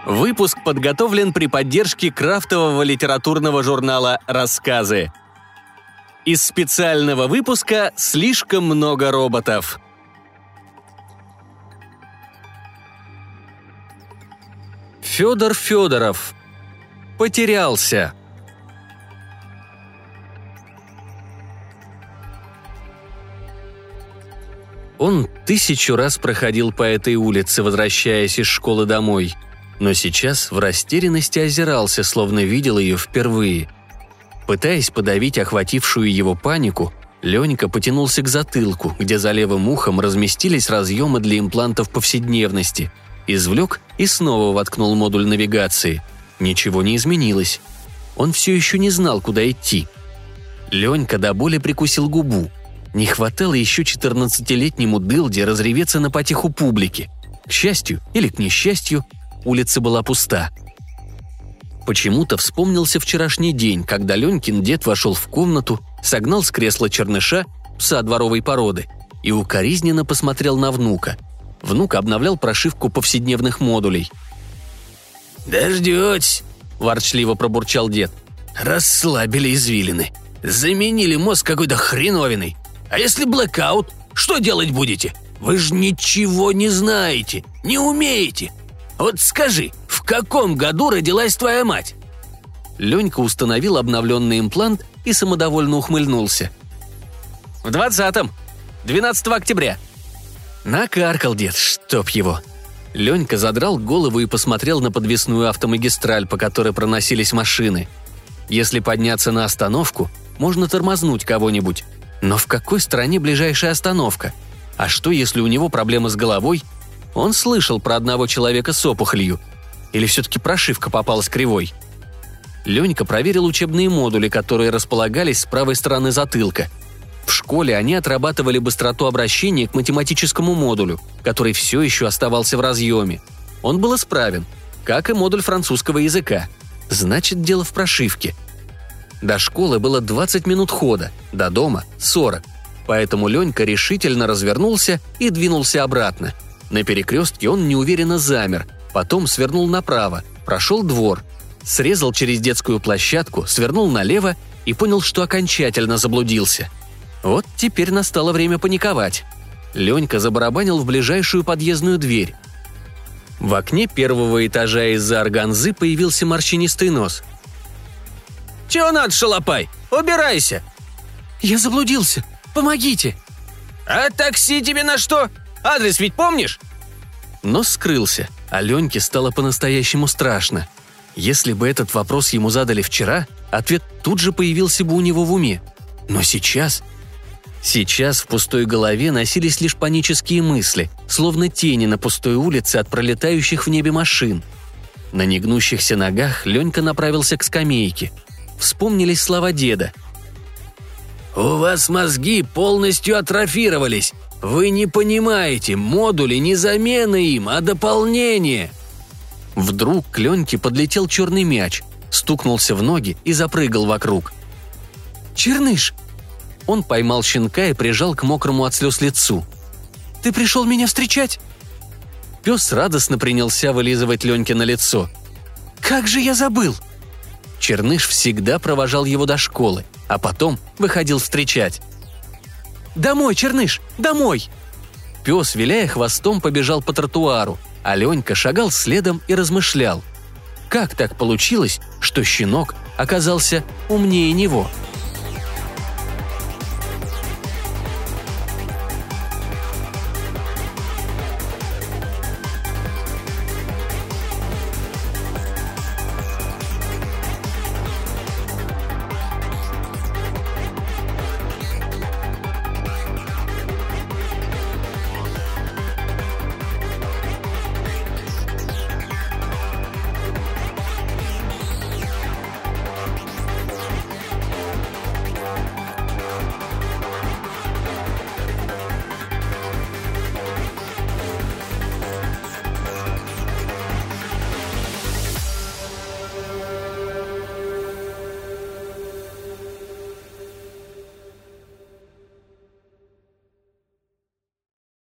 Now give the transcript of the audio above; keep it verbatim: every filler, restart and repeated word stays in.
Выпуск подготовлен при поддержке крафтового литературного журнала «Рассказы». Из специального выпуска «Слишком много роботов». Федор Федоров. Потерялся. Он тысячу раз проходил по этой улице, возвращаясь из школы домой, но сейчас в растерянности озирался, словно видел ее впервые. Пытаясь подавить охватившую его панику, Ленька потянулся к затылку, где за левым ухом разместились разъемы для имплантов повседневности, извлек и снова воткнул модуль навигации. Ничего не изменилось. Он все еще не знал, куда идти. Ленька до боли прикусил губу. Не хватало еще четырнадцатилетнему дылде разреветься на потеху публики. К счастью или к несчастью, улица была пуста. Почему-то вспомнился вчерашний день, когда Ленькин дед вошел в комнату, согнал с кресла черныша, пса дворовой породы, и укоризненно посмотрел на внука. Внук обновлял прошивку повседневных модулей. «Дождетесь», – ворчливо пробурчал дед. «Расслабили извилины. Заменили мозг какой-то хреновиной. А если блэкаут, что делать будете? Вы же ничего не знаете, не умеете. Вот скажи, в каком году родилась твоя мать?» Ленька установил обновленный имплант и самодовольно ухмыльнулся. «В двадцатом. двенадцатого октября». Накаркал дед, чтоб его. Ленька задрал голову и посмотрел на подвесную автомагистраль, по которой проносились машины. Если подняться на остановку, можно тормознуть кого-нибудь. Но в какой стране ближайшая остановка? А что, если у него проблемы с головой? Он слышал про одного человека с опухолью. Или все-таки прошивка попалась кривой? Ленька проверил учебные модули, которые располагались с правой стороны затылка. В школе они отрабатывали быстроту обращения к математическому модулю, который все еще оставался в разъеме. Он был исправен, как и модуль французского языка. Значит, дело в прошивке. До школы было двадцать минут хода, до дома – сорок. Поэтому Ленька решительно развернулся и двинулся обратно. На перекрестке он неуверенно замер, потом свернул направо, прошел двор, срезал через детскую площадку, свернул налево и понял, что окончательно заблудился. Вот теперь настало время паниковать. Ленька забарабанил в ближайшую подъездную дверь. В окне первого этажа из-за органзы появился морщинистый нос. «Чего надо, шалопай? Убирайся!» «Я заблудился! Помогите!» «А такси тебе на что? Адрес ведь помнишь?» Нос скрылся, а Леньке стало по-настоящему страшно. Если бы этот вопрос ему задали вчера, ответ тут же появился бы у него в уме. Но сейчас... Сейчас в пустой голове носились лишь панические мысли, словно тени на пустой улице от пролетающих в небе машин. На негнущихся ногах Ленька направился к скамейке. Вспомнились слова деда. «У вас мозги полностью атрофировались. Вы не понимаете, модули не замена им, а дополнение». Вдруг к Леньке подлетел черный мяч, стукнулся в ноги и запрыгал вокруг. «Черныш!» Он поймал щенка и прижал к мокрому от слез лицу. «Ты пришел меня встречать?» Пес радостно принялся вылизывать Леньке на лицо. «Как же я забыл!» Черныш всегда провожал его до школы, а потом выходил встречать. «Домой, Черныш, домой!» Пес, виляя хвостом, побежал по тротуару, а Ленька шагал следом и размышлял. Как так получилось, что щенок оказался умнее него?